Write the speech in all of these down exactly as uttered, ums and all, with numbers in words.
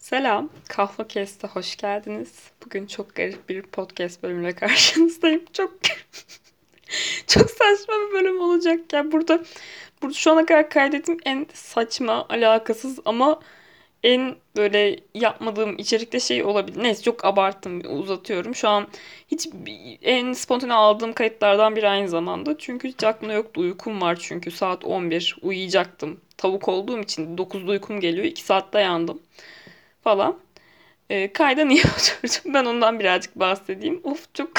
Selam, Kahve Kest'e hoş geldiniz. Bugün çok garip bir podcast bölümüyle karşınızdayım. Çok çok saçma bir bölüm olacak ya. Burada burada şu ana kadar kaydettiğim en saçma, alakasız ama en böyle yapmadığım içerikte şey olabilir. Neyse çok abarttım, uzatıyorum. Şu an hiç en spontane aldığım kayıtlardan biri aynı zamanda. Çünkü hiç aklımda yoktu. Uykum var çünkü saat on bir uyuyacaktım. Tavuk olduğum için dokuzda uykum geliyor. iki saatte yandım falan. E, kayda niye oturdum? Ben ondan birazcık bahsedeyim. Of çok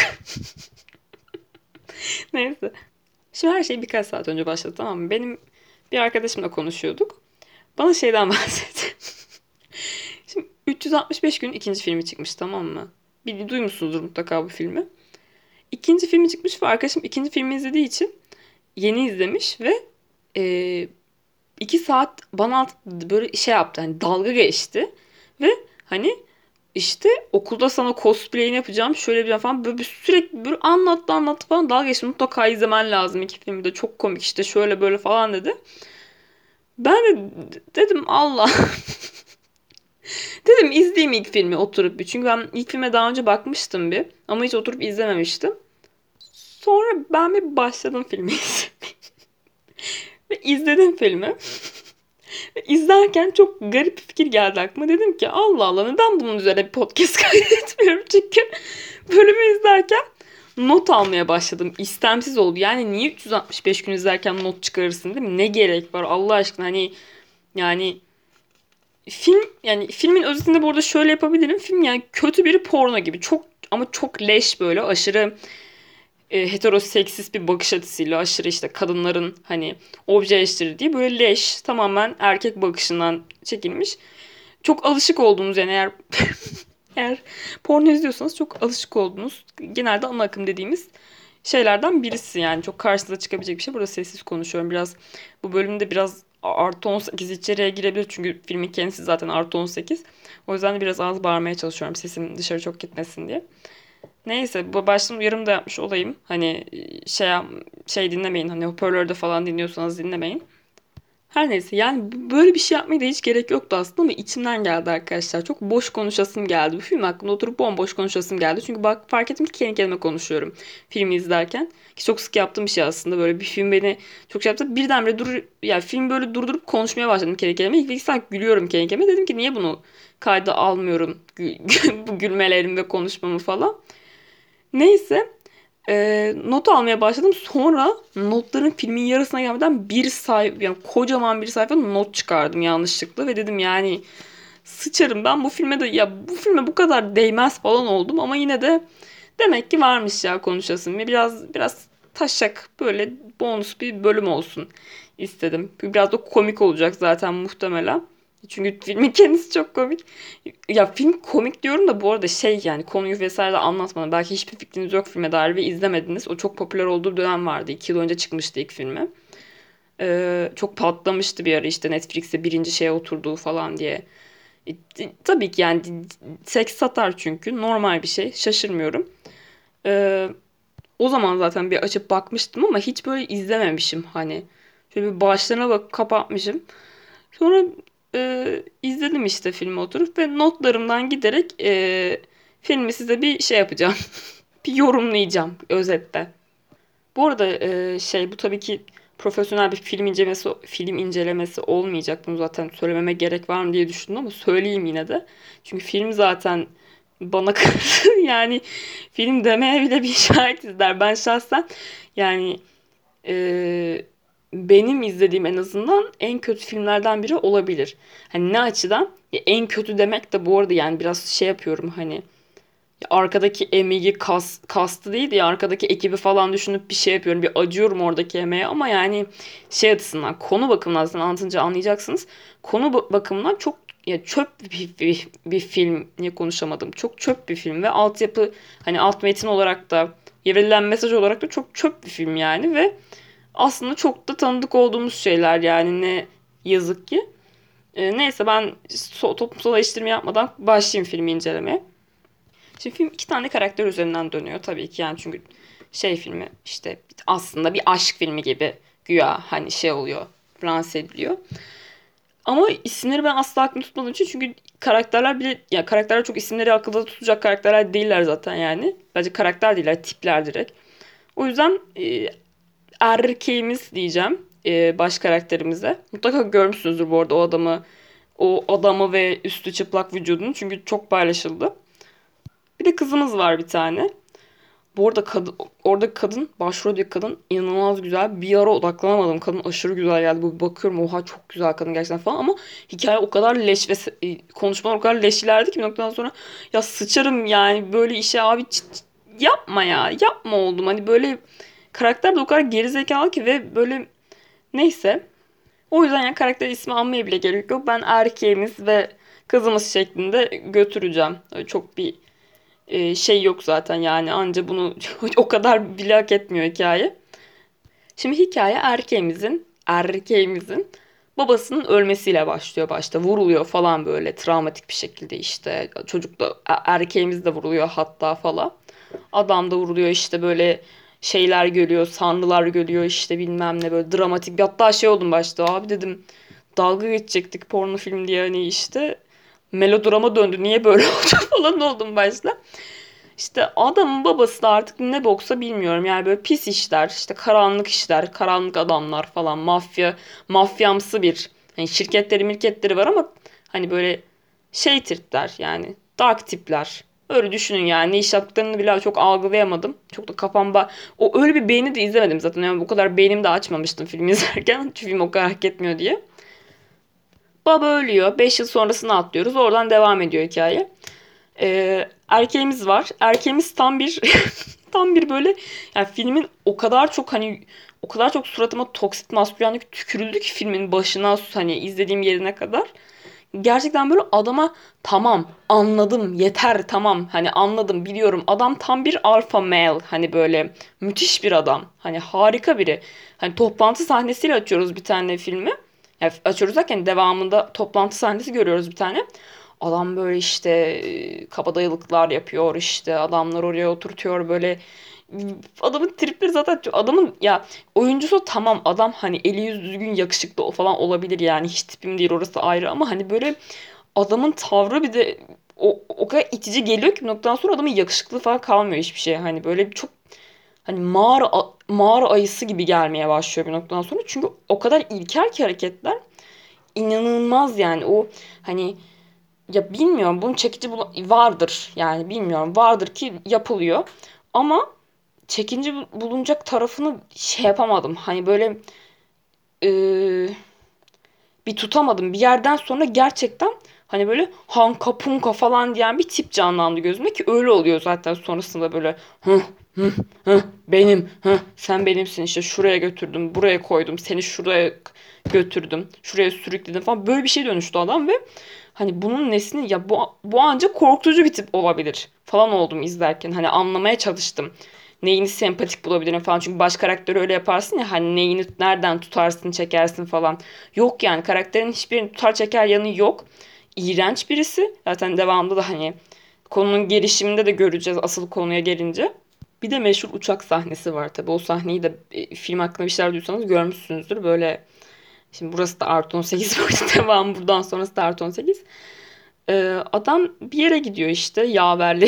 neyse. Şimdi her şey birkaç saat önce başladı, tamam mı? Benim bir arkadaşımla konuşuyorduk. Bana şeyden bahsetti. Şimdi üç yüz altmış beş günün ikinci filmi çıkmış, tamam mı? Bir duymuşsunuzdur mutlaka bu filmi. İkinci filmi çıkmış ve arkadaşım ikinci filmi izlediği için yeni izlemiş ve e, iki saat bana böyle şey yaptı. Hani dalga geçti. Ve hani İşte okulda sana cosplay'ini yapacağım. Şöyle yapacağım falan. Böyle bir sürekli böyle anlattı anlattı falan. Dalga geçti. Mutlaka izlemen lazım iki filmi de. Çok komik işte şöyle böyle falan dedi. Ben de dedim Allah. Dedim izleyeyim ilk filmi oturup bir. Çünkü ben ilk filme daha önce bakmıştım bir. Ama hiç oturup izlememiştim. Sonra ben bir başladım filmi izlemeye. Ve izledim filmi. Ve izlerken çok garip bir fikir geldi aklıma. Dedim ki Allah Allah neden bunun üzerine bir podcast kaydetmiyorum? Çünkü bölümü izlerken not almaya başladım. İstemsiz oldu. Yani niye üç yüz altmış beş gün izlerken not çıkarırsın değil mi? Ne gerek var Allah aşkına? Hani yani film yani filmin özetinde burada şöyle yapabilirim. Film yani kötü bir porno gibi. Çok ama çok leş böyle aşırı e, heteroseksist bir bakış açısıyla aşırı işte kadınların hani objeleştirildiği böyle leş tamamen erkek bakışından çekilmiş. Çok alışık olduğumuz yani eğer eğer porno izliyorsanız çok alışık olduğunuz genelde ana akım dediğimiz şeylerden birisi yani çok karşınıza çıkabilecek bir şey. Burada sessiz konuşuyorum biraz. Bu bölümde biraz artı on sekiz içeriye girebilir çünkü filmin kendisi zaten artı on sekiz. O yüzden de biraz az bağırmaya çalışıyorum sesim dışarı çok gitmesin diye. Neyse bu baştan uyarım da yapmış olayım. Hani şey şey dinlemeyin hani hoparlörde falan dinliyorsanız dinlemeyin. Her neyse yani böyle bir şey yapmaya da hiç gerek yoktu aslında ama içimden geldi arkadaşlar. Çok boş konuşasım geldi. Bu film hakkında oturup bomboş konuşasım geldi. Çünkü bak fark ettim ki kendi kendime konuşuyorum filmi izlerken. Ki çok sık yaptığım bir şey aslında. Böyle bir film beni çok şey yaptı. Birdenbire dur yani film böyle durdurup konuşmaya başladım kendi kendime. İlk iki saat gülüyorum kendi kendime. Dedim ki niye bunu kayda almıyorum bu gülmelerimi ve konuşmamı falan. Neyse e, not almaya başladım. Sonra notların filmin yarısına gelmeden bir sayfa yani kocaman bir sayfa not çıkardım yanlışlıkla ve dedim yani sıçarım ben bu filme de ya bu filme bu kadar değmez falan oldum ama yine de demek ki varmış ya konuşasın ve biraz biraz taşak böyle bonus bir bölüm olsun istedim. Biraz da komik olacak zaten muhtemelen. Çünkü filmin kendisi çok komik. Ya film komik diyorum da bu arada şey yani konuyu vesaire de anlatmadım. Belki hiçbir fikriniz yok filme dair ve izlemediniz. O çok popüler olduğu dönem vardı. İki yıl önce çıkmıştı ilk filmi. Ee, çok patlamıştı bir ara işte Netflix'te birinci şeye oturduğu falan diye. E, tabii ki yani seks satar çünkü normal bir şey. Şaşırmıyorum. Ee, O zaman zaten bir açıp bakmıştım ama hiç böyle izlememişim hani. Şöyle bir başlarına bakıp kapatmışım. Sonra e, izledim işte filmi oturup ve notlarımdan giderek e, filmi size bir şey yapacağım. Bir yorumlayacağım özetle. Bu arada e, şey bu tabii ki profesyonel bir film incelemesi film incelemesi olmayacak. Bunu zaten söylememe gerek var mı diye düşündüm ama söyleyeyim yine de. Çünkü film zaten bana yani film demeye bile bir şahit izler. Ben şahsen yani e, benim izlediğim en azından en kötü filmlerden biri olabilir. Hani ne açıdan? Ya en kötü demek de bu arada yani biraz şey yapıyorum hani ya arkadaki emeği kas, kastı değil de ya arkadaki ekibi falan düşünüp bir şey yapıyorum. Bir acıyorum oradaki emeğe ama yani şey açısından konu bakımından zaten anlatınca anlayacaksınız. Konu ba- bakımından çok ya çöp bir, bir, bir film niye konuşamadım. Çok çöp bir film ve altyapı hani alt metin olarak da verilen mesaj olarak da çok çöp bir film yani ve aslında çok da tanıdık olduğumuz şeyler yani ne yazık ki. E, neyse ben so- toplumsal eleştirme yapmadan başlayayım filmi incelemeye. Şimdi film iki tane karakter üzerinden dönüyor tabii ki yani çünkü şey filmi işte aslında bir aşk filmi gibi güya hani şey oluyor lanse ediliyor. Ama isimleri ben asla aklımda tutmadığım için, çünkü karakterler bile, ya karakterler çok isimleri akılda tutacak karakterler değiller zaten yani. Bence karakter değiller, tipler direkt. O yüzden e, erkeğimiz diyeceğim e, baş karakterimize. Mutlaka görmüşsünüzdür bu arada o adamı. O adamı ve üstü çıplak vücudunu, çünkü çok paylaşıldı. Bir de kızımız var bir tane. Bu arada kadın, orada kadın, başroldeki kadın inanılmaz güzel. Bir ara odaklanamadım. Kadın aşırı güzel geldi. Bu bakıyorum, oha çok güzel kadın gerçekten falan, ama hikaye o kadar leş ve e, konuşmalar o kadar leş ilerledi ki bir noktadan sonra ya sıçarım yani böyle işe abi, ç- ç- yapma ya, yapma oldum. Hani böyle karakter de o kadar gerizekalı ki ve böyle, neyse. O yüzden yani karakter ismi almaya bile gerek yok. Ben erkeğimiz ve kızımız şeklinde götüreceğim. Öyle çok bir e, şey yok zaten yani, anca bunu o kadar bile hak etmiyor hikaye. Şimdi hikaye erkeğimizin erkeğimizin babasının ölmesiyle başlıyor başta. Vuruluyor falan böyle travmatik bir şekilde işte. Çocuk da e- erkeğimiz de vuruluyor hatta falan. Adam da vuruluyor işte, böyle şeyler görüyor, sanrılar görüyor işte, bilmem ne, böyle dramatik bir, hatta şey oldum başta, abi dedim dalga geçecektik porno film diye, hani işte melodrama döndü, niye böyle oldu falan oldum başta. İşte adamın babası da artık ne boksa bilmiyorum. Yani böyle pis işler, işte karanlık işler, karanlık adamlar falan, mafya, mafyamsı bir, hani şirketleri mirketleri var ama hani böyle şey tipler yani, dark tipler. Öyle düşünün yani, ne iş yaptıklarını bile çok algılayamadım. Çok da kafamda, o öyle bir beğeni de izlemedim zaten. Yani bu kadar beğenimi de açmamıştım film izlerken. Çünkü film o kadar hak etmiyor diye. Baba ölüyor. Beş yıl sonrasını atlıyoruz. Oradan devam ediyor hikaye. Ee, erkeğimiz var. Erkeğimiz tam bir tam bir böyle, yani filmin o kadar çok hani, o kadar çok suratıma toksik maskülenlik tükürüldü ki filmin başına, hani izlediğim yerine kadar. Gerçekten böyle adama tamam anladım, yeter, tamam hani anladım, biliyorum, adam tam bir alpha male, hani böyle müthiş bir adam, hani harika biri. Hani toplantı sahnesiyle açıyoruz bir tane filmi. Yani açıyoruz derken devamında toplantı sahnesi görüyoruz bir tane. Adam böyle işte e, kabadayılıklar yapıyor, işte adamlar oraya oturtuyor böyle. Adamın tripleri zaten, adamın ya oyuncusu tamam, adam hani eli yüz düzgün yakışıklı falan olabilir yani, hiç tipim değil orası ayrı, ama hani böyle adamın tavrı bir de o, o kadar itici geliyor ki bir noktadan sonra adamın yakışıklı falan kalmıyor hiçbir şey, hani böyle çok, hani mağara mağara ayısı gibi gelmeye başlıyor bir noktadan sonra, çünkü o kadar ilkel ki hareketler, inanılmaz yani. O hani, ya bilmiyorum, bunun çekici bul- vardır yani, bilmiyorum, vardır ki yapılıyor, ama çekince bulunacak tarafını şey yapamadım. Hani böyle e, bir tutamadım. Bir yerden sonra gerçekten hani böyle hanka punka falan diyen bir tip canlandı gözümde, ki öyle oluyor zaten sonrasında, böyle hı hı hı benim, hı sen benimsin, işte şuraya götürdüm, buraya koydum, seni şuraya götürdüm, şuraya sürükledim falan, böyle bir şey dönüştü adam. Ve hani bunun nesini, ya bu bu ancak korkutucu bir tip olabilir falan oldum izlerken, hani anlamaya çalıştım. Neyini sempatik bulabilirim falan. Çünkü baş karakteri öyle yaparsın ya, hani neyini nereden tutarsın çekersin falan. Yok yani, karakterin hiçbirinin tutar çeker yanı yok. İğrenç birisi. Zaten devamında da hani konunun gelişiminde de göreceğiz asıl konuya gelince. Bir de meşhur uçak sahnesi var tabii. O sahneyi de e, film hakkında bir şeyler duysanız görmüşsünüzdür. Böyle, şimdi burası da artı on sekiz böyle devam, buradan sonrası da artı on sekiz. Ee, adam bir yere gidiyor işte yaverleri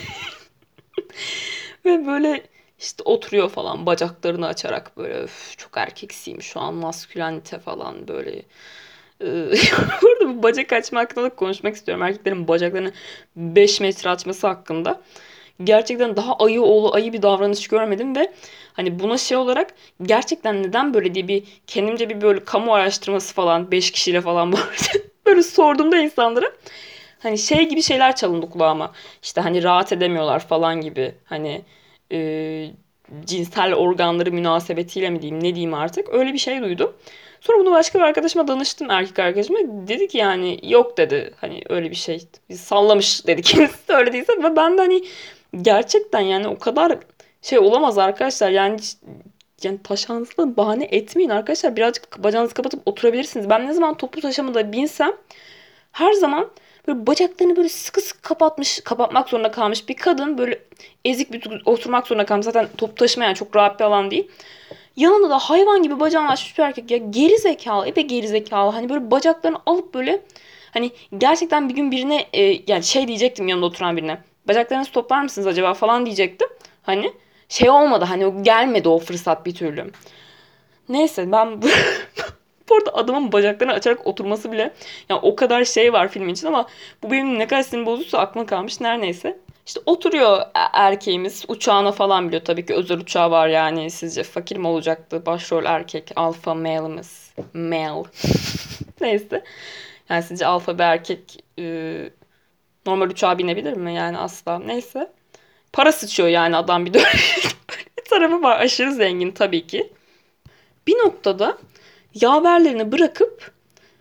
ve böyle işte oturuyor falan bacaklarını açarak, böyle öf, çok erkeksiyim şu an, maskülenite falan böyle. Ee, Burada bu bacak açma hakkında da konuşmak istiyorum. Erkeklerin bacaklarını beş metre açması hakkında. Gerçekten daha ayı oğlu ayı bir davranış görmedim ve hani buna şey olarak, gerçekten neden böyle diye bir kendimce bir böyle kamu araştırması falan, beş kişiyle falan böyle, böyle sorduğumda insanlara, hani şey gibi şeyler çalındı kulağıma. İşte hani rahat edemiyorlar falan gibi. Hani e, cinsel organları münasebetiyle mi diyeyim, ne diyeyim artık. Öyle bir şey duydum. Sonra bunu başka bir arkadaşıma danıştım, erkek arkadaşıma. Dedi ki yani yok dedi. Hani öyle bir şey. Biz sallamış dedi kendisi de öyle değilse. Ve ben de hani gerçekten yani o kadar şey olamaz arkadaşlar. Yani yani taşağınızla bahane etmeyin arkadaşlar. Birazcık bacağınızı kapatıp oturabilirsiniz. Ben ne zaman toplu taşımada binsem her zaman böyle bacaklarını böyle sıkı sıkı kapatmış, kapatmak zorunda kalmış bir kadın, böyle ezik bir oturmak zorunda kalmış. Zaten toplu taşıma yani çok rahat bir alan değil. Yanında da hayvan gibi bacağını açmış bir erkek ya, geri zekalı, ebe geri zekalı. Hani böyle bacaklarını alıp böyle, hani gerçekten bir gün birine e, yani şey diyecektim yanında oturan birine. Bacaklarınızı toplar mısınız acaba falan diyecektim. Hani şey olmadı, hani o gelmedi o fırsat bir türlü. Neyse ben bu, bu arada adamın bacaklarını açarak oturması bile, yani o kadar şey var film için ama bu benim ne kadar sinir bozuyorsa aklıma kalmış. Her neyse. İşte oturuyor erkeğimiz, uçağına falan biliyor tabii ki, özel uçağı var yani, sizce fakir mi olacaktı başrol erkek alfa male'imiz, male. Neyse, yani sizce alfa bir erkek e, normal uçağa binebilir mi yani? Asla. Neyse, para sıçıyor yani adam, bir de bir tarafı var, aşırı zengin tabii ki. Bir noktada yaverlerini bırakıp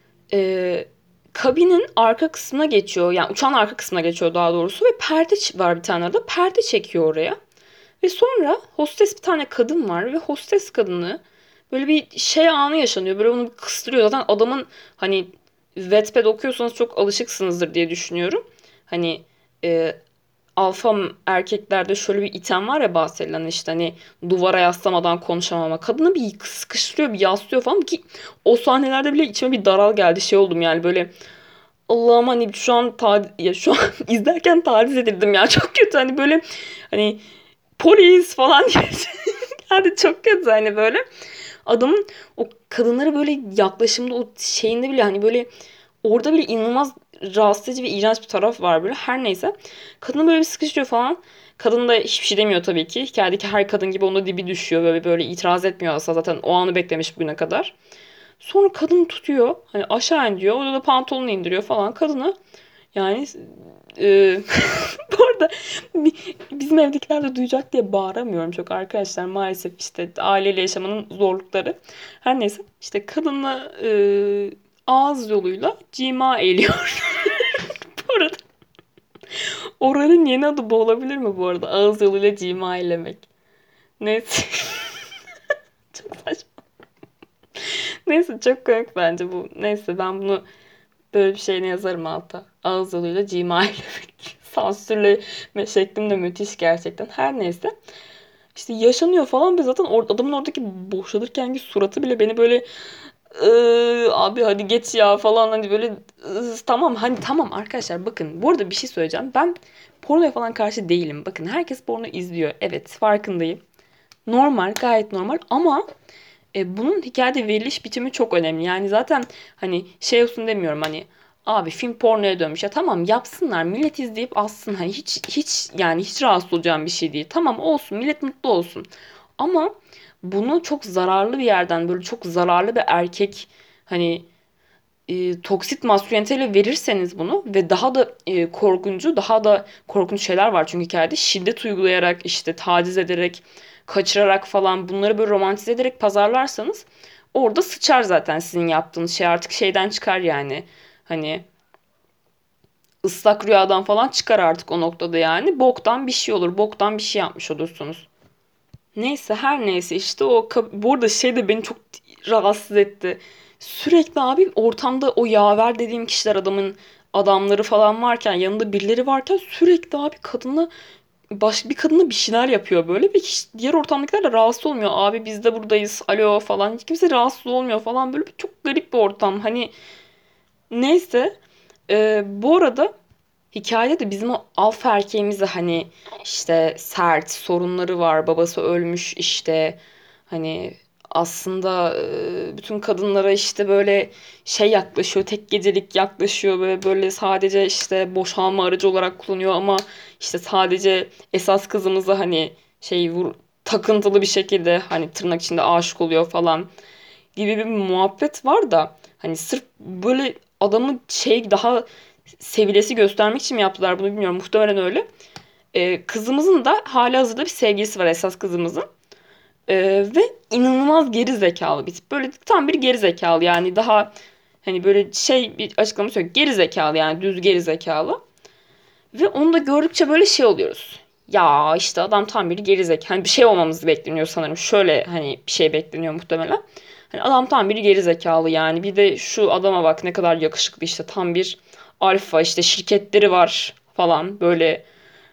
e, kabinin arka kısmına geçiyor. Yani uçağın arka kısmına geçiyor daha doğrusu ve perde var, bir tane de perde çekiyor oraya. Ve sonra hostes bir tane kadın var ve hostes kadını böyle bir şey anı yaşanıyor. Böyle onu bir kıstırıyor. Zaten adamın, hani Wattpad okuyorsanız çok alışıksınızdır diye düşünüyorum. Hani e, alfa erkeklerde şöyle bir item var ya, bahsedilen işte, hani duvara yaslamadan konuşamama. Kadını bir sıkıştırıyor, bir yaslıyor falan ki o sahnelerde bile içime bir daral geldi. Şey oldum yani, böyle Allah'ım, hani şu an ta- ya şu an izlerken taciz edildim ya, çok kötü, hani böyle, hani polis falan diye geldi, çok kötü hani böyle. Adamın o kadınlara böyle yaklaşımda, o şeyinde bile, hani böyle orada bile inanılmaz rahatsız edici ve iğrenç bir taraf var böyle. Her neyse. Kadını böyle bir sıkıştırıyor falan. Kadın da hiçbir şey demiyor tabii ki. Hikayedeki her kadın gibi onda dibi düşüyor. Böyle böyle itiraz etmiyor aslında. Zaten o anı beklemiş bugüne kadar. Sonra kadını tutuyor. Hani aşağı in diyor. Orada da pantolonunu indiriyor falan. Kadını yani e, bu arada bizim evdekiler de duyacak diye bağıramıyorum çok arkadaşlar. Maalesef işte aileyle yaşamanın zorlukları. Her neyse, işte kadınla e, ağız yoluyla cima ediyor. Bu arada oranın yeni adı bu olabilir mi bu arada? Ağız yoluyla cima elemek. Neyse. Çok saçma. Neyse, çok komik bence bu. Neyse, ben bunu böyle bir şeyine yazarım alta. Ağız yoluyla cima elemek. Sansürleme şeklim de müthiş gerçekten. Her neyse. İşte yaşanıyor falan ve zaten or adamın oradaki boşalırkenki suratı bile beni böyle "Iıı, abi hadi geç ya" falan, hani böyle ıı, tamam, hani tamam arkadaşlar, bakın bu arada bir şey söyleyeceğim. Ben pornoya falan karşı değilim. Bakın, herkes porno izliyor. Evet, farkındayım. Normal, gayet normal ama e, bunun hikayede veriliş biçimi çok önemli. Yani zaten hani şey olsun demiyorum, hani abi film pornoya dönmüş. Ya tamam, yapsınlar, millet izleyip alsın. Hani hiç hiç yani hiç rahatsız olacağım bir şey değil. Tamam, olsun, millet mutlu olsun. Ama bunu çok zararlı bir yerden, böyle çok zararlı bir erkek, hani e, toksit masküleniteyle verirseniz bunu ve daha da e, korkuncu, daha da korkunç şeyler var çünkü hikayede, şiddet uygulayarak, işte taciz ederek, kaçırarak falan, bunları böyle romantize ederek pazarlarsanız orada sıçar zaten sizin yaptığınız şey, artık şeyden çıkar yani, hani ıslak rüyadan falan çıkar artık o noktada, yani boktan bir şey olur, boktan bir şey yapmış olursunuz. Neyse, her neyse, işte o bu arada şey de beni çok rahatsız etti. Sürekli abi ortamda o yaver dediğim kişiler, adamın adamları falan varken, yanında birileri varken sürekli abi kadınla, başka bir kadınla bir şeyler yapıyor böyle ve hiç diğer ortamdakiler de rahatsız olmuyor. Abi biz de buradayız, alo falan, hiç kimse rahatsız olmuyor falan, böyle çok garip bir ortam. Hani neyse, e, bu arada hikayede de bizim o alfa erkeğimiz de hani işte sert, sorunları var, babası ölmüş işte, hani aslında e, bütün kadınlara işte böyle şey yaklaşıyor, tek gecelik yaklaşıyor ve böyle sadece işte boşanma aracı olarak kullanıyor ama işte sadece esas kızımızı hani şey vur, takıntılı bir şekilde, hani tırnak içinde aşık oluyor falan gibi bir muhabbet var da, hani sırf böyle adamı şey daha sevilesi göstermek için mi yaptılar bunu bilmiyorum. Muhtemelen öyle. Ee, kızımızın da halihazırda bir sevgilisi var, esas kızımızın. Ee, ve inanılmaz geri zekalı bir tip. Böyle tam bir geri zekalı yani, daha hani böyle şey bir açıklaması yok. Geri zekalı yani, düz geri zekalı. Ve onu da gördükçe böyle şey oluyoruz. Ya işte adam tam bir geri zekalı. Hani bir şey olmamız bekleniyor sanırım. Şöyle hani bir şey bekleniyor muhtemelen. Hani adam tam bir geri zekalı yani. Bir de şu adama bak, ne kadar yakışıklı, işte tam bir alfa, işte şirketleri var falan böyle,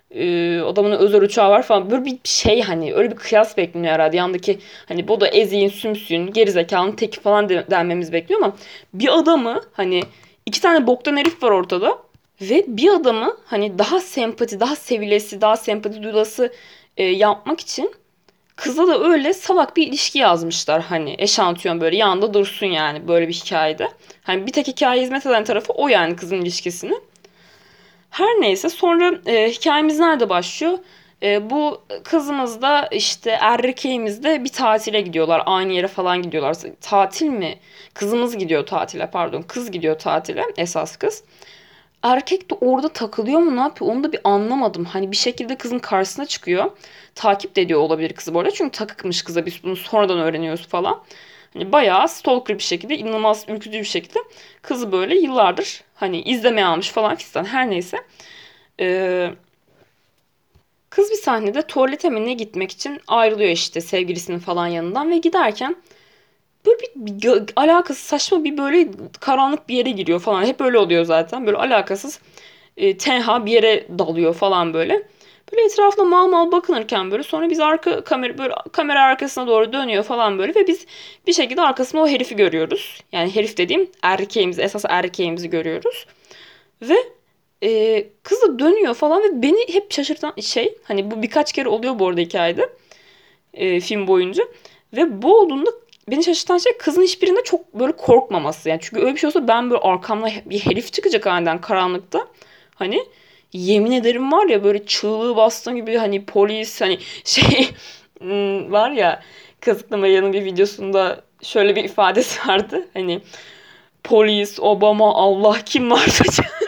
Ee, adamın özel uçağı var falan. Böyle bir şey, hani öyle bir kıyas bekleniyor herhalde. Yandaki hani bu da eziğin, sümsüğün, gerizekalının teki falan de, denmemiz bekliyor ama bir adamı hani iki tane boktan herif var ortada ve bir adamı hani daha sempati, daha sevilesi, daha sempati duyulası e, yapmak için kıza da öyle salak bir ilişki yazmışlar, hani eşantiyon böyle yanında dursun yani böyle bir hikayede. Hani bir tek hikaye hizmet eden tarafı o yani kızın ilişkisini. Her neyse sonra e, hikayemiz nerede başlıyor? E, bu kızımız da işte erkeğimiz de bir tatile gidiyorlar. Aynı yere falan gidiyorlar. Tatil mi? Kızımız gidiyor tatile, pardon. Kız gidiyor tatile, esas kız. Erkek de orada takılıyor mu, ne yapıyor onu da bir anlamadım. Hani bir şekilde kızın karşısına çıkıyor. Takip de ediyor olabilir kızı bu arada. Çünkü takıkmış kıza, biz bunu sonradan öğreniyoruz falan. Hani bayağı stalker bir şekilde, inanılmaz ürkütücü bir şekilde kızı böyle yıllardır hani izlemeye almış falan fistan. Her neyse. Ee, Kız bir sahnede tuvalete mi ne gitmek için ayrılıyor işte sevgilisinin falan yanından ve giderken böyle bir, bir gö- alakasız saçma bir böyle karanlık bir yere giriyor falan. Hep öyle oluyor zaten. Böyle alakasız e, tenha bir yere dalıyor falan böyle. Böyle etrafına mal mal bakınırken böyle sonra biz arka kamera böyle kamera arkasına doğru dönüyor falan böyle ve biz bir şekilde arkasında o herifi görüyoruz. Yani herif dediğim erkeğimizi, esas erkeğimizi görüyoruz. Ve e, kız da dönüyor falan ve beni hep şaşırtan şey, hani bu birkaç kere oluyor bu arada hikayede, e, film boyunca. Ve bu olduğunda beni şaşırtan şey kızın hiçbirinde çok böyle korkmaması. Yani çünkü öyle bir şey olsa ben böyle arkamda bir herif çıkacak aniden karanlıkta. Hani yemin ederim var ya, böyle çığlığı bastığım gibi hani polis hani şey hmm, var ya, Kazıklamaya'nın bir videosunda şöyle bir ifadesi vardı. Hani polis, Obama, Allah kim varsa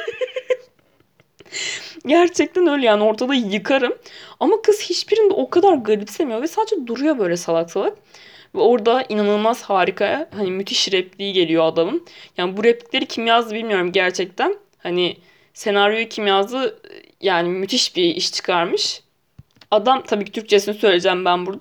gerçekten öyle yani, ortada yıkarım. Ama kız hiçbirinde o kadar garipsemiyor ve sadece duruyor böyle salak salak. Ve orada inanılmaz harika, hani müthiş repliği geliyor adamın. Yani bu replikleri kim yazdı bilmiyorum gerçekten. Hani senaryoyu kim yazdı, yani müthiş bir iş çıkarmış. Adam, tabii ki Türkçesini söyleyeceğim ben burada.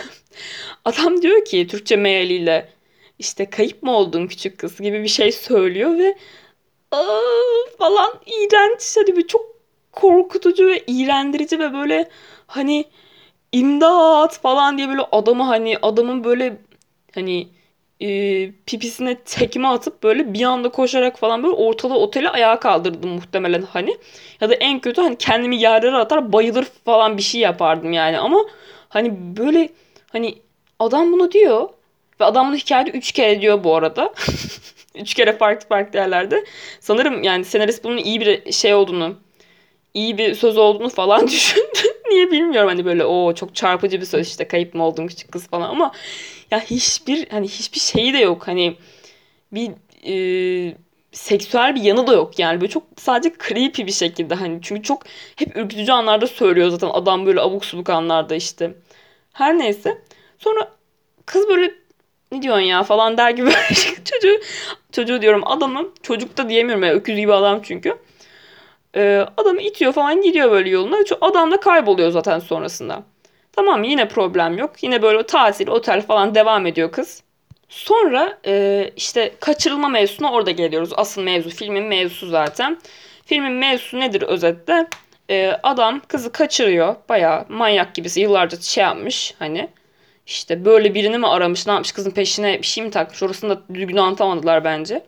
Adam diyor ki Türkçe mealiyle işte kayıp mı oldun küçük kız gibi bir şey söylüyor ve aa, falan iğrenç, hani bir çok korkutucu ve iğrendirici ve böyle hani imdat falan diye böyle adamı, hani adamın böyle hani e, pipisine tekme atıp böyle bir anda koşarak falan böyle ortalığı oteli ayağa kaldırdım muhtemelen hani. Ya da en kötü hani kendimi yerlere atar bayılır falan bir şey yapardım yani, ama hani böyle hani adam bunu diyor ve adam bunu hikayede üç kere diyor bu arada. Üç kere farklı farklı yerlerde. Sanırım yani senarist bunun iyi bir şey olduğunu, iyi bir söz olduğunu falan düşündü. Niye bilmiyorum, hani böyle o çok çarpıcı bir söz işte, kayıp mı oldun küçük kız falan, ama ya hiçbir hani hiçbir şeyi de yok. Hani bir e, seksüel bir yanı da yok yani. Böyle çok sadece creepy bir şekilde, hani çünkü çok hep ürkütücü anlarda söylüyor zaten adam, böyle abuk subuk anlarda işte. Her neyse. Sonra kız böyle ne diyorsun ya falan der gibi çocuğu çocuğu diyorum adamı, çocuk da diyemiyorum ya, öküz gibi adam çünkü. Ee, adamı itiyor falan, gidiyor böyle yoluna. Şu adam da kayboluyor zaten sonrasında. Tamam, yine problem yok. Yine böyle tatil, otel falan devam ediyor kız. Sonra e, işte kaçırılma mevzusuna orada geliyoruz. Asıl mevzu, filmin mevzusu zaten. Filmin mevzusu nedir özetle? E, adam kızı kaçırıyor. Bayağı manyak gibisi yıllarca şey yapmış hani. İşte böyle birini mi aramış, ne yapmış, kızın peşine bir şey mi takmış, orasını da düzgün anlatamadılar bence.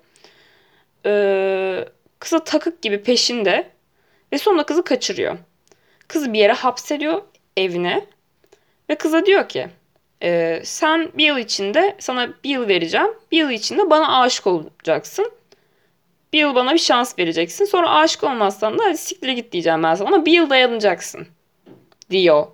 E, Kıza takık gibi peşinde ve sonra kızı kaçırıyor. Kızı bir yere hapsediyor, evine. Ve kıza diyor ki e, sen bir yıl içinde, sana bir yıl vereceğim. Bir yıl içinde bana aşık olacaksın. Bir yıl bana bir şans vereceksin. Sonra aşık olmazsan da hadi siktir git diyeceğim ben sana. Ama bir yıl dayanacaksın diyor.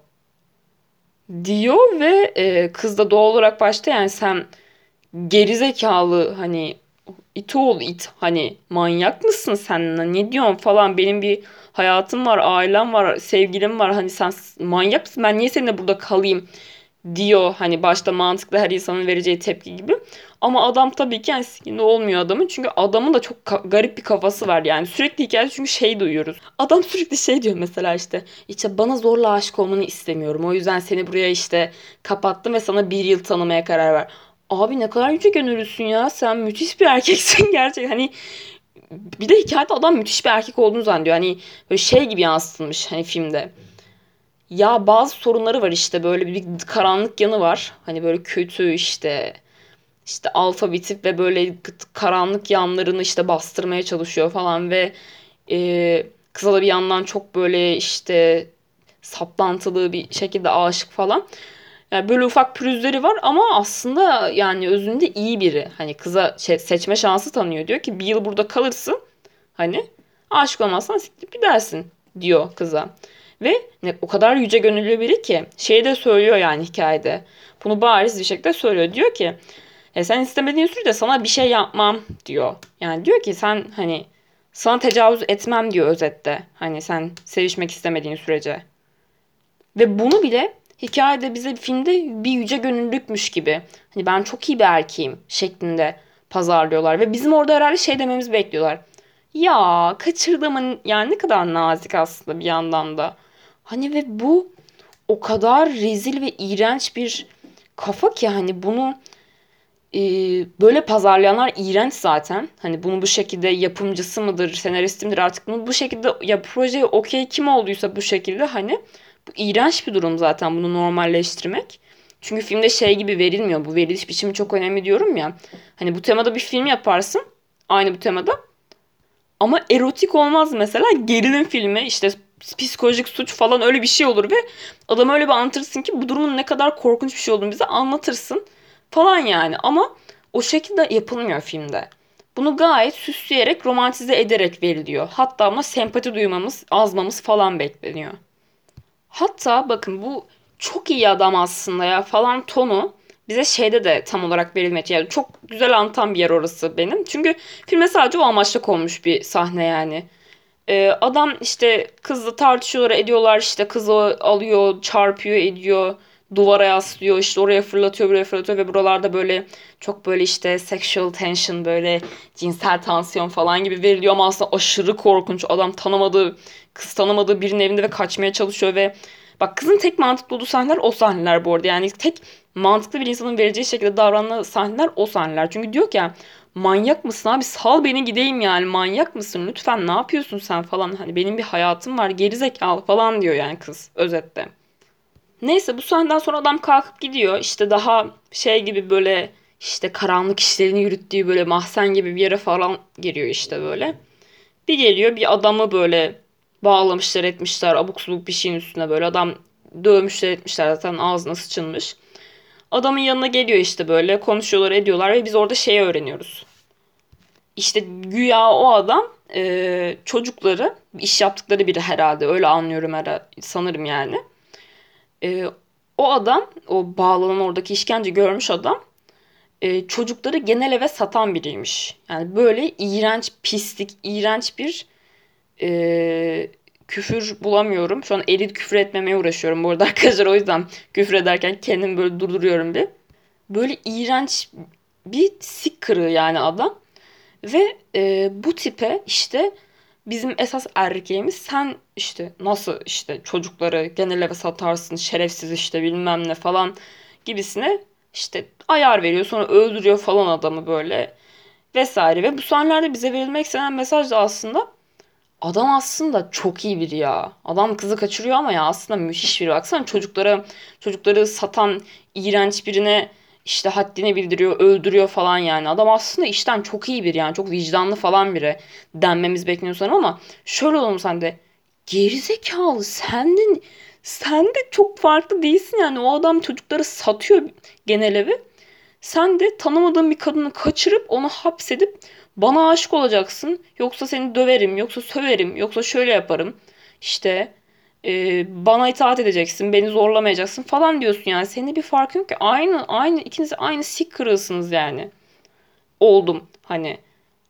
Diyor ve e, kız da doğal olarak başta yani sen gerizekalı hani it oğlu it, hani manyak mısın sen, ne diyorsun falan, benim bir hayatım var, ailem var, sevgilim var, hani sen manyak mısın, ben niye seninle burada kalayım diyor, hani başta mantıklı her insanın vereceği tepki gibi. Ama adam tabii ki yani sikinde olmuyor adamın, çünkü adamın da çok ka- garip bir kafası var yani, sürekli hikayede çünkü şey duyuyoruz. Adam sürekli şey diyor mesela, işte işte bana zorla aşık olmanı istemiyorum, o yüzden seni buraya işte kapattım ve sana bir yıl tanımaya karar ver. Abi ne kadar yüce gönüllüsün ya, sen müthiş bir erkeksin gerçekten, hani bir de hikayede adam müthiş bir erkek olduğunu zannediyor. Hani böyle şey gibi yansıtılmış hani filmde. Ya bazı sorunları var işte, böyle bir karanlık yanı var. Hani böyle kötü işte işte alfa bir tip ve böyle karanlık yanlarını işte bastırmaya çalışıyor falan ve e, kıza da bir yandan çok böyle işte saplantılı bir şekilde aşık falan. Yani böyle ufak pürüzleri var ama aslında yani özünde iyi biri. Hani kıza şey, seçme şansı tanıyor. Diyor ki bir yıl burada kalırsın. Hani aşık olmazsan siktirip gidersin diyor kıza. Ve ne, o kadar yüce gönüllü biri ki şey de söylüyor yani hikayede. Bunu bariz bir şekilde söylüyor. Diyor ki e sen istemediğin sürece sana bir şey yapmam diyor. Yani diyor ki sen hani sana tecavüz etmem diyor özette. Hani sen sevişmek istemediğin sürece. Ve bunu bile hikayede bize filmde bir yüce gönüllülükmüş gibi. Hani ben çok iyi bir erkeğim şeklinde pazarlıyorlar. Ve bizim orada herhalde şey dememizi bekliyorlar. Ya kaçırdığımın yani ne kadar nazik aslında bir yandan da. Hani ve bu o kadar rezil ve iğrenç bir kafa ki hani bunu e, böyle pazarlayanlar iğrenç zaten. Hani bunu bu şekilde yapımcısı mıdır, senaristi midir artık bunu bu şekilde ya projeye okey kim olduysa bu şekilde hani bu iğrenç bir durum zaten bunu normalleştirmek. Çünkü filmde şey gibi verilmiyor. Bu veriliş biçimi çok önemli diyorum ya. Hani bu temada bir film yaparsın. Aynı bu temada. Ama erotik olmaz mesela. Gerilim filmi işte psikolojik suç falan öyle bir şey olur ve adamı öyle bir anlatırsın ki bu durumun ne kadar korkunç bir şey olduğunu bize anlatırsın falan yani. Ama o şekilde yapılmıyor filmde. Bunu gayet süsleyerek, romantize ederek veriliyor. Hatta ama sempati duymamız, azmamız falan bekleniyor. Hatta bakın bu çok iyi adam aslında ya falan tonu bize şeyde de tam olarak verilmedi. Yani çok güzel anlatan bir yer orası benim. Çünkü filme sadece o amaçla konmuş bir sahne yani. Ee, adam işte kızla tartışıyorlar ediyorlar işte kızı alıyor çarpıyor ediyor duvara yaslıyor işte oraya fırlatıyor buraya fırlatıyor ve buralarda böyle çok böyle işte sexual tension böyle cinsel tansiyon falan gibi veriliyor ama aslında aşırı korkunç adam tanımadığı kız tanımadığı birinin evinde ve kaçmaya çalışıyor ve bak kızın tek mantıklı olduğu sahneler o sahneler bu arada yani tek mantıklı bir insanın vereceği şekilde davrandığı sahneler o sahneler çünkü diyor ki manyak mısın abi sal beni gideyim yani manyak mısın lütfen ne yapıyorsun sen falan hani benim bir hayatım var gerizekalı falan diyor yani kız özette. Neyse bu sahneden sonra adam kalkıp gidiyor işte daha şey gibi böyle işte karanlık işlerini yürüttüğü böyle mahzen gibi bir yere falan giriyor işte böyle. Bir geliyor bir adamı böyle bağlamışlar etmişler abuk subuk bir şeyin üstüne böyle adam dövmüşler etmişler zaten ağzına sıçılmış. Adamın yanına geliyor işte böyle konuşuyorlar ediyorlar ve biz orada şeyi öğreniyoruz. İşte güya o adam e, çocukları iş yaptıkları biri herhalde öyle anlıyorum herhalde, sanırım yani. E, O adam o bağlanan oradaki işkence görmüş adam e, çocukları genel eve satan biriymiş. Yani böyle iğrenç pislik iğrenç bir e, küfür bulamıyorum. Şu an elit küfür etmemeye uğraşıyorum bu arada arkadaşlar o yüzden küfür ederken kendimi böyle durduruyorum bir. Böyle iğrenç bir sik kırığı yani adam. Ve e, bu tipe işte bizim esas erkeğimiz sen işte nasıl işte çocukları genel eve satarsın şerefsiz işte bilmem ne falan gibisine işte ayar veriyor sonra öldürüyor falan adamı böyle vesaire. Ve bu sahnelerde bize verilmek istenen mesaj da aslında adam aslında çok iyi biri ya. Adam kızı kaçırıyor ama ya aslında müthiş biri. Baksana çocuklara çocukları satan iğrenç birine işte haddini bildiriyor, öldürüyor falan yani. Adam aslında işten çok iyi biri yani. Çok vicdanlı falan biri denmemiz bekleniyor sanırım ama şöyle olalım sen de. Gerizekalı sen de, sen de çok farklı değilsin yani. O adam çocukları satıyor genel evi. Sen de tanımadığın bir kadını kaçırıp onu hapsedip bana aşık olacaksın. Yoksa seni döverim, yoksa söverim, yoksa şöyle yaparım. İşte e, bana itaat edeceksin, beni zorlamayacaksın falan diyorsun yani. Senin bir farkın yok ki. Aynı, aynı, ikiniz de aynı sik kırığısınız yani. Oldum hani.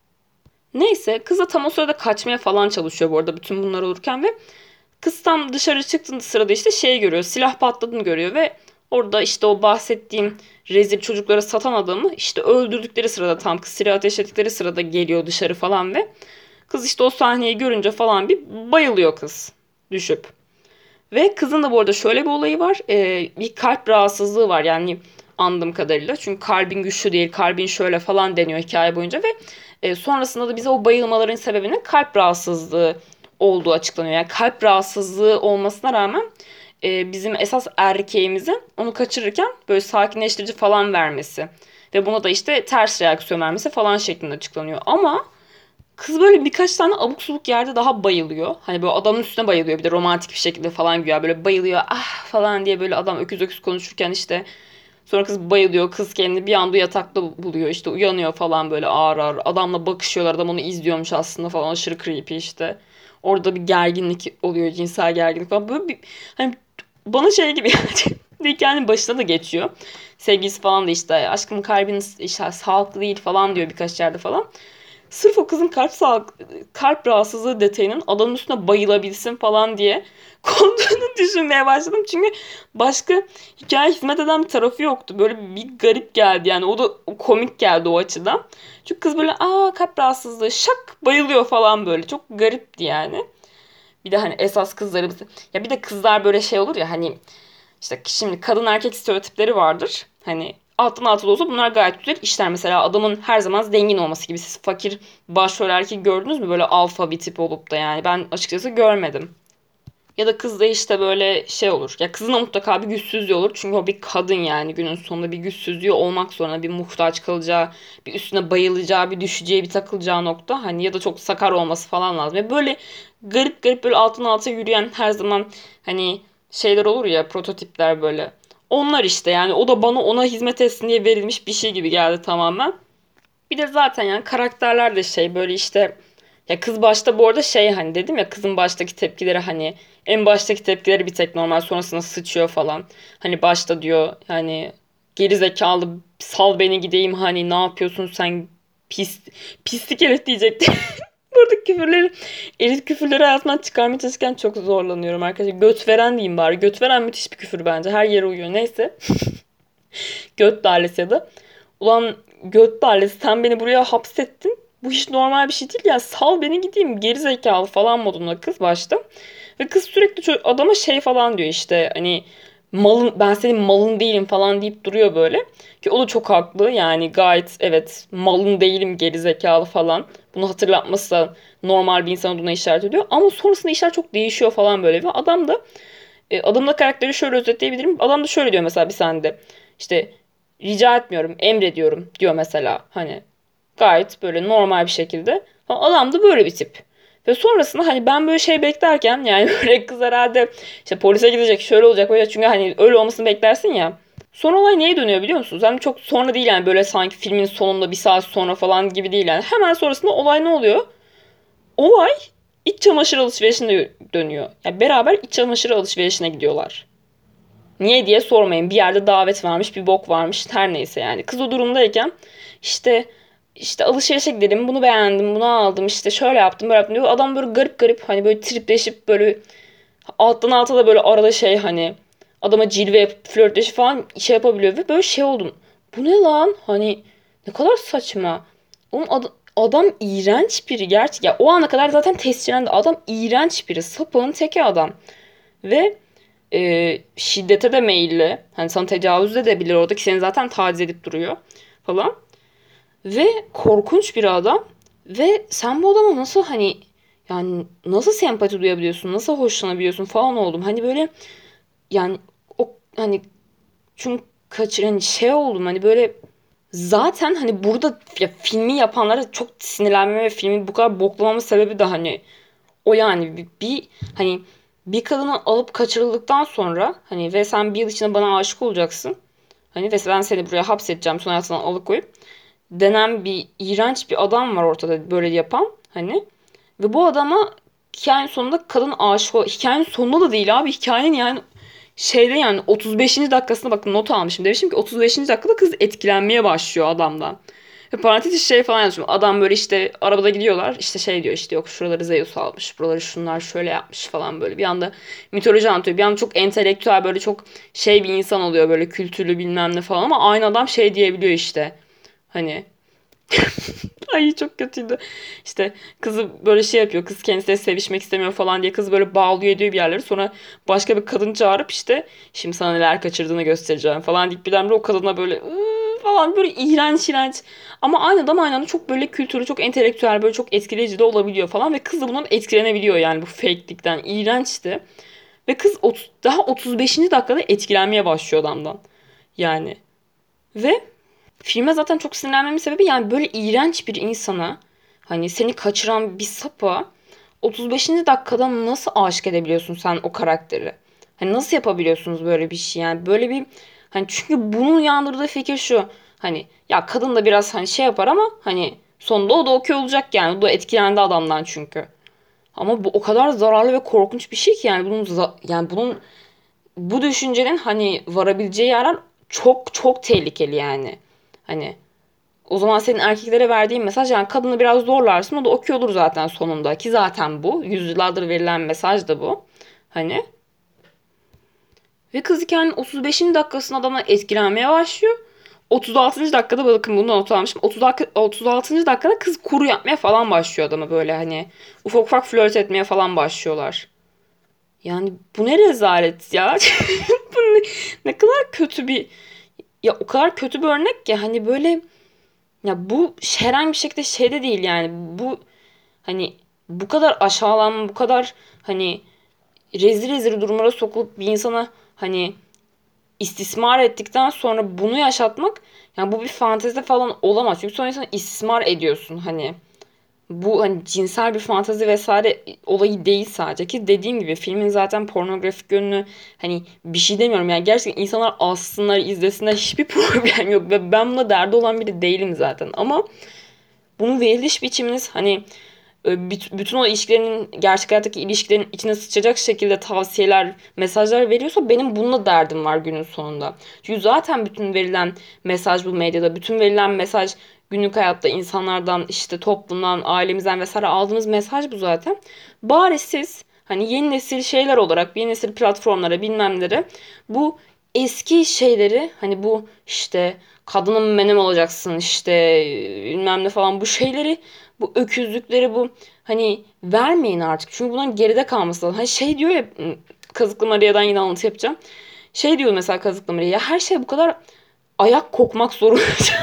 Neyse kız da tam o sırada kaçmaya falan çalışıyor bu arada bütün bunlar olurken ve kız tam dışarı çıktığı sırada işte şey görüyor. Silah patladığını görüyor ve orada işte o bahsettiğim rezil çocuklara satan adamı işte öldürdükleri sırada tam kız silah ateş ettikleri sırada geliyor dışarı falan ve kız işte o sahneyi görünce falan bir bayılıyor kız düşüp. Ve kızın da bu arada şöyle bir olayı var. Ee, bir kalp rahatsızlığı var yani anladığım kadarıyla. Çünkü kalbin güçlü değil, kalbin şöyle falan deniyor hikaye boyunca ve E, sonrasında da bize o bayılmaların sebebinin kalp rahatsızlığı olduğu açıklanıyor. Yani kalp rahatsızlığı olmasına rağmen e, bizim esas erkeğimizin onu kaçırırken böyle sakinleştirici falan vermesi ve buna da işte ters reaksiyon vermesi falan şeklinde açıklanıyor. Ama kız böyle birkaç tane abuk subuk yerde daha bayılıyor. Hani böyle adamın üstüne bayılıyor bir de romantik bir şekilde falan güya böyle bayılıyor ah falan diye böyle adam öküz öküz konuşurken işte sonra kız bayılıyor. Kız kendini bir anda yatakta buluyor. İşte uyanıyor falan böyle ağır ağır. Adamla bakışıyorlar. Adam onu izliyormuş aslında falan. Aşırı creepy işte. Orada bir gerginlik oluyor. Cinsel gerginlik falan. Böyle bir hani bana şey gibi yani hikayenin başına da geçiyor. Sevgilisi falan da işte aşkım kalbiniz işte sağlıklı değil falan diyor birkaç yerde falan. Sırf o kızın kalp sağlık, kalp rahatsızlığı detayının adamın üstüne bayılabilsin falan diye konduğunu düşünmeye başladım. Çünkü başka hikaye hizmet eden bir tarafı yoktu. Böyle bir garip geldi yani. O da komik geldi o açıdan. Çünkü kız böyle aa kalp rahatsızlığı şak bayılıyor falan böyle. Çok garipti yani. Bir de hani esas kızlarımız. Ya bir de kızlar böyle şey olur ya hani işte şimdi kadın erkek stereotipleri vardır. Hani alttan alta da olsa bunlar gayet güzel işler. Mesela adamın her zaman zengin olması gibi. Siz fakir başrol erkeği gördünüz mü? Böyle alfa bir tip olup da yani. Ben açıkçası görmedim. Ya da kız da işte böyle şey olur. Ya kızın da mutlaka bir güçsüzlüğü olur. Çünkü o bir kadın yani. Günün sonunda bir güçsüzlüğü olmak zorunda. Bir muhtaç kalacağı, bir üstüne bayılacağı, bir düşeceği, bir takılacağı nokta. Hani ya da çok sakar olması falan lazım. Ya böyle garip garip böyle altın alta yürüyen her zaman hani şeyler olur ya prototipler böyle. Onlar işte yani o da bana ona hizmet etsin diye verilmiş bir şey gibi geldi tamamen. Bir de zaten yani karakterler de şey böyle işte ya kız başta bu arada şey hani dedim ya kızın baştaki tepkileri hani en baştaki tepkileri bir tek normal sonrasında sıçıyor falan. Hani başta diyor yani geri zekalı sal beni gideyim hani ne yapıyorsun sen pis pislik herif diyecekti. Burada küfürleri elit küfürleri hayatımdan çıkarmaya çalışırken çok zorlanıyorum arkadaşlar. Göt veren diyeyim bari. Göt veren müthiş bir küfür bence. Her yere uyuyor. Neyse. Göt dalesi ya da. Ulan göt dalesi sen beni buraya hapsettin. Bu hiç normal bir şey değil ya. Sal beni gideyim geri zekalı falan modunda kız başta. Ve kız sürekli ço- adama şey falan diyor işte hani malın ben senin malın değilim falan deyip duruyor böyle. Ki o da çok haklı yani gayet evet malın değilim geri zekalı falan. Bunu hatırlatması da normal bir insan olduğuna işaret ediyor. Ama sonrasında işler çok değişiyor falan böyle. Ve adam da e, adamın da karakteri şöyle özetleyebilirim. Adam da şöyle diyor mesela bir sahnede. İşte rica etmiyorum, emrediyorum diyor mesela. Hani gayet böyle normal bir şekilde. Ama adam da böyle bir tip. Ve sonrasında hani ben böyle şey beklerken yani böyle kız herhalde işte polise gidecek şöyle olacak böyle çünkü hani öyle olmasını beklersin ya. Sonra olay neye dönüyor biliyor musunuz? Hem çok sonra değil yani böyle sanki filmin sonunda bir saat sonra falan gibi değil yani. Hemen sonrasında olay ne oluyor? Olay iç çamaşır alışverişine dönüyor. Yani beraber iç çamaşır alışverişine gidiyorlar. Niye diye sormayın. Bir yerde davet varmış, bir bok varmış. Her neyse yani. Kız o durumdayken işte işte alışverişe gidelim. Bunu beğendim, bunu aldım. İşte şöyle yaptım, böyle yaptım diyor. Adam böyle garip garip hani böyle tripleşip böyle alttan alta da böyle arada şey hani adama cilve yapıp flörtleşip falan şey yapabiliyor ve böyle şey oldum. Bu ne lan? Hani ne kadar saçma. Oğlum ad- adam iğrenç biri gerçi. Ya o ana kadar zaten tescillendi. Adam iğrenç biri. Sapığın teki adam. Ve e, şiddete de meyilli. Hani sana tecavüz de edebilir orada ki seni zaten taciz edip duruyor falan. Ve korkunç bir adam. Ve sen bu adama nasıl hani yani nasıl sempati duyabiliyorsun? Nasıl hoşlanabiliyorsun falan oldum. Hani böyle yani o hani çünkü kaçır hani şey oldum hani böyle zaten hani burada ya filmi yapanlara çok sinirlenmeme ve filmi bu kadar boklamamın sebebi de hani o yani bir, bir hani bir kadını alıp kaçırıldıktan sonra hani ve sen bir yıl içinde bana aşık olacaksın. Hani ve ben seni buraya hapsedeceğim sonra hayatından alıkoyup denen bir iğrenç bir adam var ortada böyle yapan hani ve bu adama hikayenin sonunda kadın aşık ol hikayenin sonunda da değil abi hikayenin yani şeyde yani otuz beşinci dakikasında bakın not almışım demişim ki otuz beşinci dakikada kız etkilenmeye başlıyor adamdan. Ve parantez içi şey falan yazmışım. Adam böyle işte arabada gidiyorlar. İşte şey diyor işte yok şuraları Zeus almış. Buraları şunlar şöyle yapmış falan böyle. Bir anda mitoloji anlatıyor. Bir anda çok entelektüel böyle çok şey bir insan oluyor böyle kültürlü bilmem ne falan ama aynı adam şey diyebiliyor işte. Hani ay çok kötüydü. İşte kızı böyle şey yapıyor. Kız kendisiyle sevişmek istemiyor falan diye kızı böyle bağlıyor ediyor bir yerlere. Sonra başka bir kadın çağırıp işte şimdi sana neler kaçırdığını göstereceğim falan deyip birdenbire o kadına böyle "Iı" falan böyle iğrenç iğrenç. Ama aynı adam aynı anda çok böyle kültürlü, çok entelektüel, böyle çok etkileyici de olabiliyor falan. Ve kız da bundan etkilenebiliyor yani bu fake'likten. İğrençti. Ve kız otuz daha otuz beşinci dakikada etkilenmeye başlıyor adamdan. Yani. Ve filme zaten çok sinirlenmemin sebebi yani böyle iğrenç bir insana, hani seni kaçıran bir sapa otuz beşinci dakikada nasıl aşık edebiliyorsun sen o karakteri? Hani nasıl yapabiliyorsunuz böyle bir şey yani? Böyle bir, hani çünkü bunun uyandırdığı fikir şu. Hani ya kadın da biraz hani şey yapar ama hani sonunda o da okey olacak yani. O da etkilendi adamdan çünkü. Ama bu o kadar zararlı ve korkunç bir şey ki yani bunun yani bunun bu düşüncenin hani varabileceği yerler çok çok tehlikeli yani. Hani o zaman senin erkeklere verdiğin mesaj, yani kadını biraz zorlarsın, o da okey olur zaten sonunda, ki zaten bu yüzyıllardır verilen mesaj da bu. Hani ve kız hikayenin otuz beşinci dakikasında adamdan etkilenmeye başlıyor. otuz altıncı dakikada, bakın bunu not almışım. otuz altıncı dakikada kız kuru yapmaya falan başlıyor adama, böyle hani ufak ufak flört etmeye falan başlıyorlar. Yani bu ne rezalet ya. Bu ne, ne kadar kötü bir, ya o kadar kötü bir örnek ki hani böyle, ya bu herhangi bir şekilde şey de değil yani, bu hani bu kadar aşağılanma, bu kadar hani rezil rezil durumlara sokulup bir insana hani istismar ettikten sonra bunu yaşatmak, yani bu bir fantezi falan olamaz. Çünkü sonra insanı istismar ediyorsun hani. Bu hani cinsel bir fantezi vesaire olayı değil sadece, ki dediğim gibi filmin zaten pornografik yönünü, hani bir şey demiyorum yani, gerçekten insanlar alsınlar izlesinler, hiçbir problem yok ve ben buna derdi olan biri değilim zaten, ama bunun veriliş biçiminiz hani e, bütün o ilişkilerin, gerçek hayattaki ilişkilerin içine sıçacak şekilde tavsiyeler, mesajlar veriyorsa benim bununla derdim var günün sonunda. Çünkü zaten bütün verilen mesaj bu medyada, bütün verilen mesaj günlük hayatta insanlardan, işte toplumdan, ailemizden vesaire aldığımız mesaj bu zaten. Bari siz hani yeni nesil şeyler olarak, yeni nesil platformlara, bilmemlere bu eski şeyleri, hani bu işte kadının menem olacaksın işte bilmem ne falan, bu şeyleri, bu öküzlükleri, bu hani vermeyin artık. Çünkü bunların geride kalması lazım. Hani şey diyor ya, Kazıklı Maria'dan yine alıntı yapacağım. Şey diyor mesela Kazıklı Maria, ya her şey bu kadar ayak kokmak zorunda.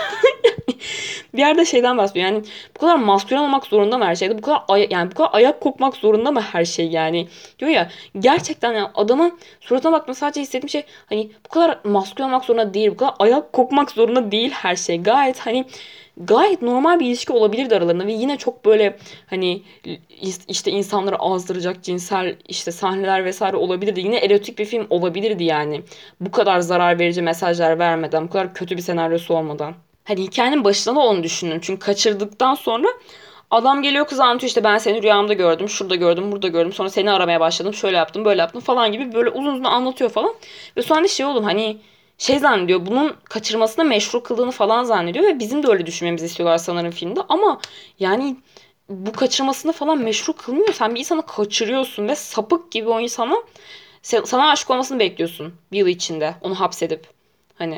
Bir yerde şeyden bahsediyor. Yani bu kadar maskülen olmak zorunda mı her şeyde? Bu kadar aya- yani bu kadar ayak kokmak zorunda mı her şey yani? Diyor ya, gerçekten yani adamın suratına baktığımda sadece hissettiğim şey, hani bu kadar maskülen olmak zorunda değil. Bu kadar ayak kokmak zorunda değil her şey. Gayet hani gayet normal bir ilişki olabilirdi aralarında ve yine çok böyle hani işte insanları azdıracak cinsel işte sahneler vesaire olabilirdi. Yine erotik bir film olabilirdi yani. Bu kadar zarar verici mesajlar vermeden, bu kadar kötü bir senaryosu olmadan. Hani hikayenin başında da onu düşündüm. Çünkü kaçırdıktan sonra adam geliyor, kız anlatıyor, işte ben seni rüyamda gördüm, şurada gördüm, burada gördüm. Sonra seni aramaya başladım, şöyle yaptım, böyle yaptım falan gibi böyle uzun uzun anlatıyor falan. Ve sonra da şey oldum, hani şey zannediyor, bunun kaçırmasına meşru kıldığını falan zannediyor ve bizim de öyle düşünmemizi istiyorlar sanırım filmde. Ama yani bu kaçırmasını falan meşru kılmıyor. Sen bir insanı kaçırıyorsun ve sapık gibi o insana, sana aşık olmasını bekliyorsun bir yıl içinde onu hapsedip. Hani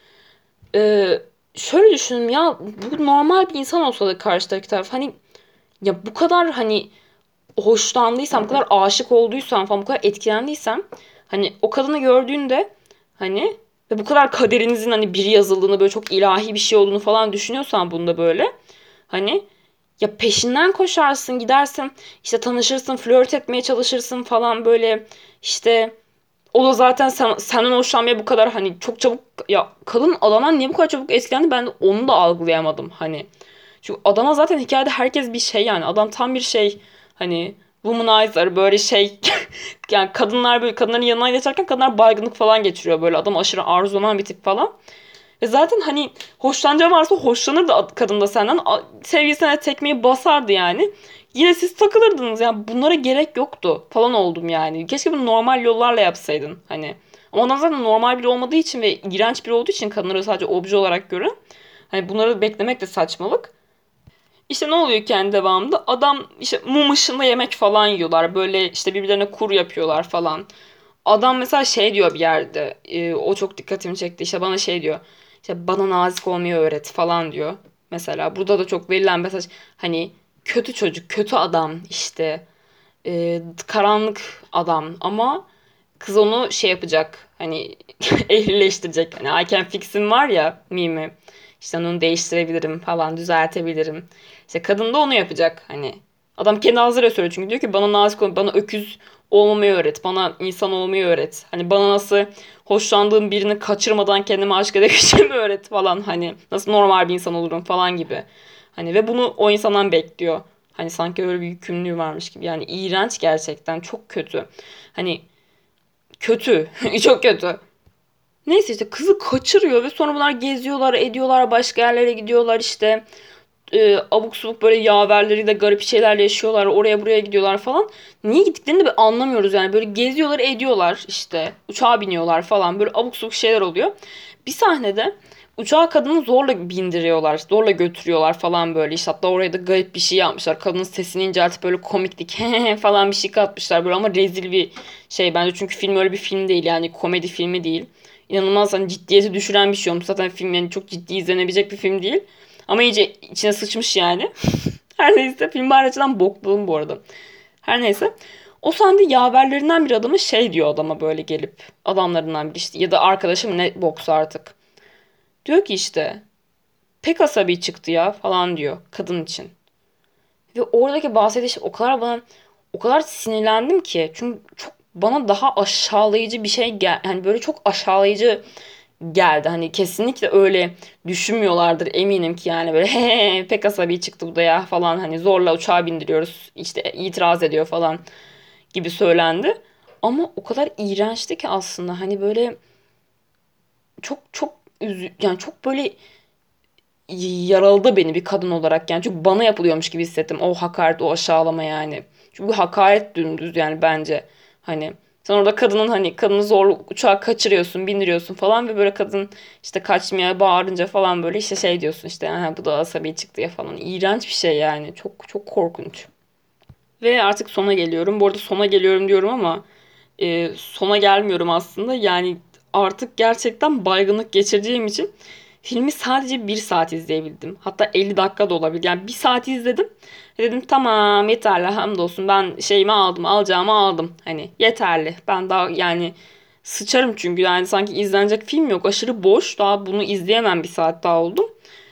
ee, şöyle düşünün ya, bu normal bir insan olsa da karşıdaki taraf hani, ya bu kadar hani hoşlandıysam, bu kadar aşık olduysam falan, bu kadar etkilendiysem, hani o kadını gördüğünde hani ve bu kadar kaderinizin hani biri yazıldığını, böyle çok ilahi bir şey olduğunu falan düşünüyorsan bunda, böyle hani ya peşinden koşarsın, gidersin işte, tanışırsın, flört etmeye çalışırsın falan, böyle işte o da zaten sen, senden hoşlanmaya bu kadar hani çok çabuk, ya kadın adamdan niye bu kadar çabuk etkilendi, ben de onu da algılayamadım hani. Çünkü adama zaten hikayede herkes bir şey, yani adam tam bir şey hani, womanizer böyle şey. Yani kadınlar, böyle kadınların yanına geçerken kadınlar baygınlık falan geçiriyor, böyle adam aşırı arzulanan bir tip falan. Ve zaten hani hoşlanacağı varsa hoşlanırdı kadın da senden. Sevgilisine tekmeyi basardı yani. Yine siz takılırdınız, yani bunlara gerek yoktu falan oldum yani. Keşke bunu normal yollarla yapsaydın hani. Ama adam zaten normal biri olmadığı için ve iğrenç biri olduğu için kadınları sadece obje olarak görün. Hani bunları beklemek de saçmalık. İşte ne oluyor kendi devamında? Adam işte mum ışığında yemek falan yiyorlar. Böyle işte birbirlerine kur yapıyorlar falan. Adam mesela şey diyor bir yerde. E, o çok dikkatimi çekti. İşte bana şey diyor. İşte bana nazik olmayı öğret falan diyor. Mesela burada da çok verilen mesaj. Hani kötü çocuk, kötü adam işte. E, karanlık adam. Ama kız onu şey yapacak. Hani ehlileştirecek. Hani I can fix'im var ya mimi. İşte onu değiştirebilirim falan, düzeltebilirim. İşte kadın da onu yapacak hani. Adam kendi ağzıyla söylüyor çünkü diyor ki bana nazik ol, bana öküz olmamayı öğret, bana insan olmayı öğret. Hani bana nasıl hoşlandığım birini kaçırmadan kendime aşk edebileceğimi öğret falan hani. Nasıl normal bir insan olurum falan gibi. Hani ve bunu o insandan bekliyor. Hani sanki öyle bir yükümlülüğü varmış gibi. Yani iğrenç gerçekten. Çok kötü. Hani kötü. Çok kötü. Neyse işte kızı kaçırıyor ve sonra bunlar geziyorlar, ediyorlar, başka yerlere gidiyorlar işte. E, abuk subuk böyle yaverleri de garip şeylerle yaşıyorlar. Oraya buraya gidiyorlar falan. Niye gittiklerini de bir anlamıyoruz yani. Böyle geziyorlar, ediyorlar işte. Uçağa biniyorlar falan. Böyle abuk subuk şeyler oluyor. Bir sahnede uçağa kadını zorla bindiriyorlar. Zorla götürüyorlar falan böyle. İşte hatta oraya da garip bir şey yapmışlar. Kadının sesini inceltip böyle komiklik falan bir şey katmışlar. Böyle ama rezil bir şey bence. Çünkü film öyle bir film değil yani. Komedi filmi değil. İnanılmaz hani ciddiyeti düşüren bir şey olmuş. Zaten film yani çok ciddi izlenebilecek bir film değil. Ama iyice içine sıçmış yani. Her neyse film bari açıdan bokladım bu arada. Her neyse. O sahnede yaverlerinden bir adamı şey diyor adama böyle gelip. Adamlarından biri işte ya da arkadaşım ne boksu artık. Diyor ki işte pek asabi çıktı ya falan diyor kadın için. Ve oradaki bahsediş o kadar bana o kadar sinirlendim ki. Çünkü çok bana daha aşağılayıcı bir şey gel hani böyle çok aşağılayıcı geldi. Hani kesinlikle öyle düşünmüyorlardır eminim ki yani böyle he pek asabi çıktı bu da ya falan hani zorla uçağa bindiriyoruz işte itiraz ediyor falan gibi söylendi. Ama o kadar iğrençti ki aslında hani böyle çok çok üzü yani çok böyle yaraladı beni bir kadın olarak yani çünkü bana yapılıyormuş gibi hissettim o hakaret o aşağılama yani. Çünkü bu hakaret dümdüz yani bence hani sen orada kadının hani kadını zor uçağa kaçırıyorsun bindiriyorsun falan ve böyle kadın işte kaçmaya bağırınca falan böyle işte şey diyorsun işte aha, bu da asabi çıktı ya falan iğrenç bir şey yani çok çok korkunç. Ve artık sona geliyorum. Bu arada sona geliyorum diyorum ama e, sona gelmiyorum aslında. Yani artık gerçekten baygınlık geçireceğim için filmi sadece bir saat izleyebildim. Hatta elli dakika da olabilir. Yani bir saat izledim. Dedim tamam yeterli hamdolsun ben şeyimi aldım alacağımı aldım. Hani yeterli. Ben daha yani sıçarım çünkü yani sanki izlenecek film yok. Aşırı boş. Daha bunu izleyemem bir saat daha oldum.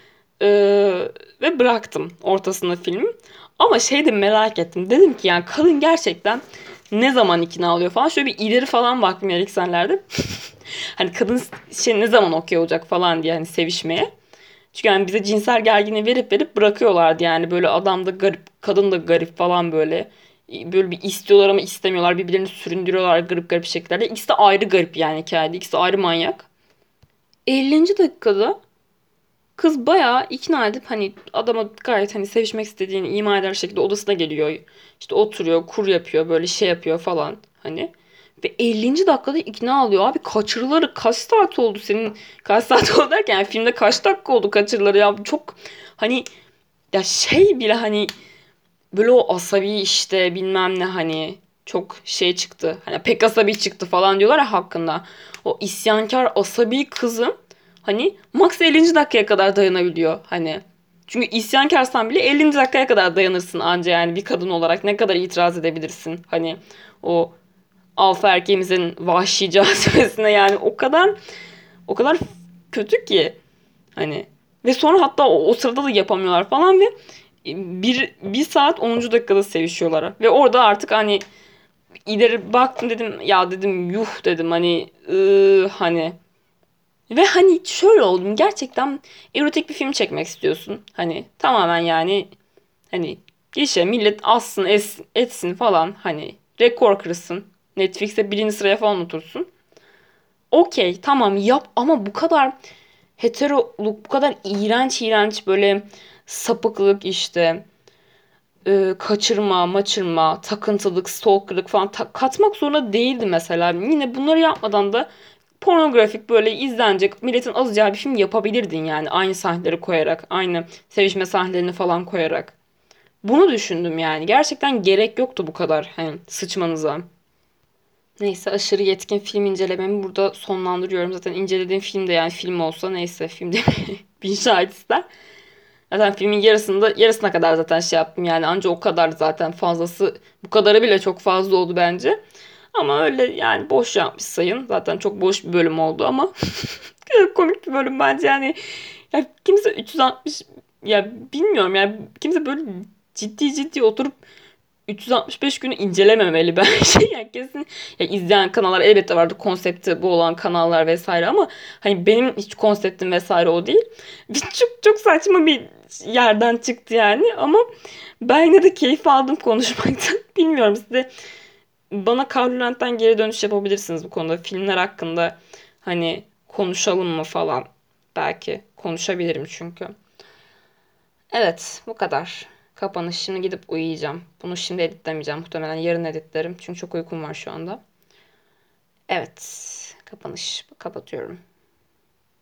Ee, ve bıraktım ortasında filmi. Ama şey de merak ettim. Dedim ki yani kadın gerçekten ne zaman ikna oluyor falan. Şöyle bir ileri falan baktım ya senlerde. Hani kadın şey ne zaman okey olacak falan diye hani sevişmeye. Çünkü yani bize cinsel gerginliği verip verip bırakıyorlardı yani. Böyle adam da garip, kadın da garip falan böyle. Böyle bir istiyorlar ama istemiyorlar. Birbirlerini süründürüyorlar garip garip şekillerde. İkisi de ayrı garip yani hikayede. İkisi de ayrı manyak. ellinci dakikada kız bayağı ikna edip hani adama gayet hani sevişmek istediğini ima eder şekilde odasına geliyor. İşte oturuyor, kur yapıyor, böyle şey yapıyor falan hani. Ve ellinci dakikada ikna alıyor. Abi kaçırıları kaç saat oldu senin? Kaç saat oldu derken yani filmde kaç dakika oldu kaçırıları ya? Çok hani ya şey bile hani böyle o asabi işte bilmem ne hani çok şey çıktı. Hani pek asabi çıktı falan diyorlar ya hakkında. O isyankar asabi kızım hani max ellinci dakikaya kadar dayanabiliyor hani. Çünkü isyankarsan bile ellinci dakikaya kadar dayanırsın anca yani bir kadın olarak ne kadar itiraz edebilirsin. Hani o alfa erkeğimizin vahşi cazibesine yani o kadar o kadar kötü ki hani ve sonra hatta o, o sırada da yapamıyorlar falan ve bir, bir saat onuncu dakikada sevişiyorlar. Ve orada artık hani ileri baktım dedim ya dedim yuh dedim hani ıı, hani ve hani şöyle oldum gerçekten erotik bir film çekmek istiyorsun. Hani tamamen yani hani işte millet assın es, etsin falan hani rekor kırsın. Netflix'te birinci sıraya falan otursun. Okey tamam yap ama bu kadar heteroluk bu kadar iğrenç iğrenç böyle sapıklık işte e, kaçırma, maçırma, takıntılık, stalkerlık falan ta- katmak zorunda değildi mesela. Yine bunları yapmadan da pornografik böyle izlenecek, milletin azacağı bir film yapabilirdin yani. Aynı sahneleri koyarak, aynı sevişme sahnelerini falan koyarak. Bunu düşündüm yani. Gerçekten gerek yoktu bu kadar hani sıçmanıza. Neyse aşırı yetkin film incelememi burada sonlandırıyorum. Zaten incelediğim film de yani film olsa neyse filmde bin şahit ister. Zaten filmin yarısında yarısına kadar zaten şey yaptım yani anca o kadar zaten fazlası bu kadarı bile çok fazla oldu bence. Ama öyle yani boş yapmış sayın. Zaten çok boş bir bölüm oldu ama komik bir bölüm bence yani. Ya kimse üç yüz altmış, ya bilmiyorum ya, kimse böyle ciddi ciddi oturup üç yüz altmış beş günü incelememeli ben şey yani kesin, ya izleyen kanallar elbette vardır, konsepti bu olan kanallar vesaire, ama hani benim hiç konseptim vesaire o değil. Bir çok çok saçma bir yerden çıktı yani, ama ben yine de keyif aldım konuşmaktan. Bilmiyorum, size bana Carlos'tan geri dönüş yapabilirsiniz bu konuda. Filmler hakkında hani konuşalım mı falan. Belki konuşabilirim çünkü. Evet, bu kadar. Kapanış. Şimdi gidip uyuyacağım. Bunu şimdi editlemeyeceğim. Muhtemelen yarın editlerim. Çünkü çok uykum var şu anda. Evet, kapanış. Kapatıyorum.